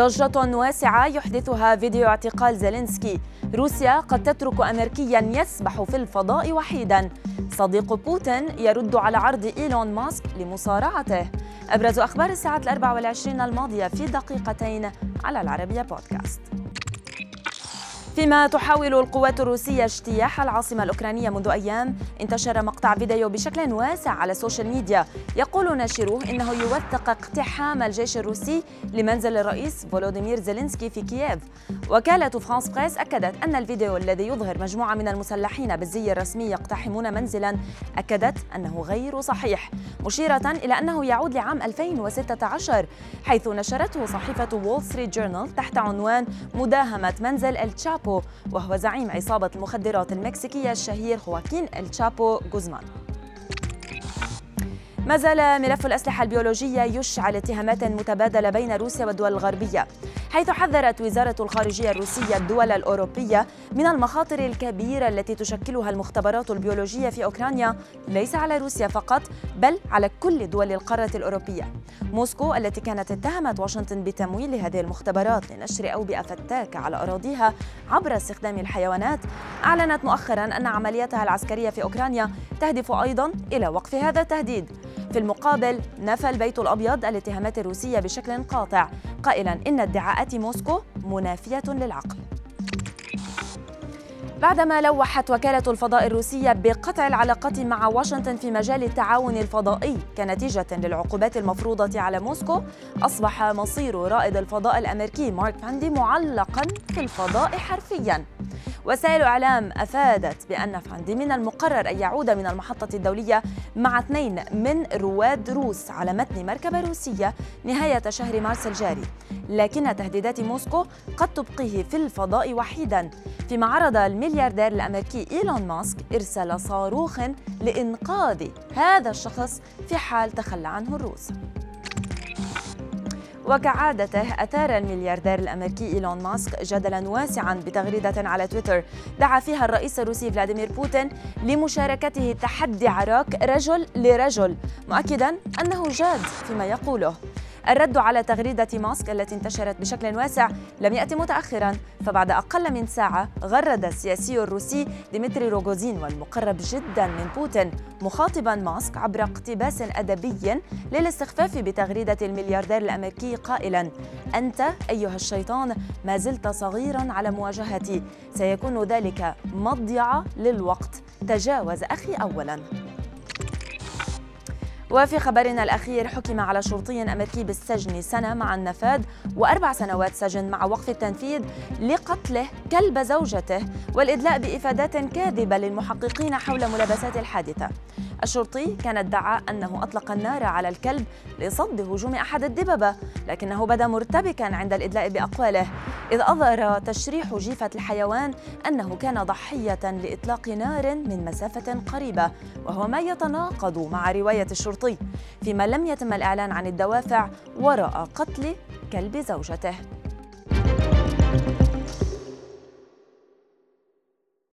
ضجة واسعة يحدثها فيديو اعتقال زيلينسكي. روسيا قد تترك أمريكياً يسبح في الفضاء وحيداً. صديق بوتين يرد على عرض إيلون ماسك لمصارعته. أبرز أخبار الساعة 24 الماضية في دقيقتين على العربية بودكاست. فيما تحاول القوات الروسية اجتياح العاصمة الأوكرانية منذ أيام، انتشر مقطع فيديو بشكل واسع على السوشيال ميديا يقول ناشروه إنه يوثق اقتحام الجيش الروسي لمنزل الرئيس فولوديمير زيلينسكي في كييف. وكالة فرانس بريس أكدت أن الفيديو الذي يظهر مجموعة من المسلحين بالزي الرسمي يقتحمون منزلاً أكدت أنه غير صحيح، مشيرة إلى أنه يعود لعام 2016 حيث نشرته صحيفة وول ستريت جورنال تحت عنوان مداهمة منزل التشابو، وهو زعيم عصابة المخدرات المكسيكية الشهير خواكين التشابو غوزمان. ما زال ملف الأسلحة البيولوجية يشعل اتهامات متبادلة بين روسيا والدول الغربية، حيث حذرت وزارة الخارجية الروسية الدول الأوروبية من المخاطر الكبيرة التي تشكلها المختبرات البيولوجية في أوكرانيا، ليس على روسيا فقط بل على كل دول القارة الأوروبية. موسكو التي كانت اتهمت واشنطن بتمويل هذه المختبرات لنشر أوبئة فتاكة على أراضيها عبر استخدام الحيوانات، أعلنت مؤخراً أن عملياتها العسكرية في أوكرانيا تهدف أيضاً إلى وقف هذا التهديد. في المقابل نفى البيت الأبيض الاتهامات الروسية بشكل قاطع، قائلاً إن ادعاءات موسكو منافية للعقل. بعدما لوحت وكالة الفضاء الروسية بقطع العلاقات مع واشنطن في مجال التعاون الفضائي كنتيجة للعقوبات المفروضة على موسكو، أصبح مصير رائد الفضاء الأمريكي مارك فاندي معلقاً في الفضاء حرفياً. وسائل إعلام أفادت بأن فاندي من المقرر أن يعود من المحطة الدولية مع 2 من رواد روس على متن مركبة روسية نهاية شهر مارس الجاري، لكن تهديدات موسكو قد تبقيه في الفضاء وحيداً، فيما عرض الملياردير الأمريكي إيلون ماسك إرسال صاروخ لإنقاذ هذا الشخص في حال تخلى عنه الروس. وكعادته أثار الملياردير الأمريكي إيلون ماسك جدلاً واسعاً بتغريدة على تويتر دعا فيها الرئيس الروسي فلاديمير بوتين لمشاركته تحدي عراك رجل لرجل، مؤكداً أنه جاد فيما يقوله. الرد على تغريدة ماسك التي انتشرت بشكل واسع لم يأتي متأخراً، فبعد أقل من ساعة غرد السياسي الروسي ديمتري روغوزين والمقرب جداً من بوتين مخاطباً ماسك عبر اقتباس أدبي للاستخفاف بتغريدة الملياردير الأمريكي قائلاً: أنت أيها الشيطان ما زلت صغيراً على مواجهتي، سيكون ذلك مضيعة للوقت، تجاوز أخي أولاً. وفي خبرنا الأخير حكم على شرطي أمريكي بالسجن سنة مع النفاذ و4 سنوات سجن مع وقف التنفيذ لقتله كلب زوجته والإدلاء بإفادات كاذبة للمحققين حول ملابسات الحادثة. الشرطي كان ادعى أنه أطلق النار على الكلب لصد هجوم أحد الدببة، لكنه بدا مرتبكاً عند الإدلاء بأقواله، إذ أظهر تشريح جيفة الحيوان أنه كان ضحية لإطلاق نار من مسافة قريبة، وهو ما يتناقض مع رواية الشرطي، فيما لم يتم الإعلان عن الدوافع وراء قتل كلب زوجته.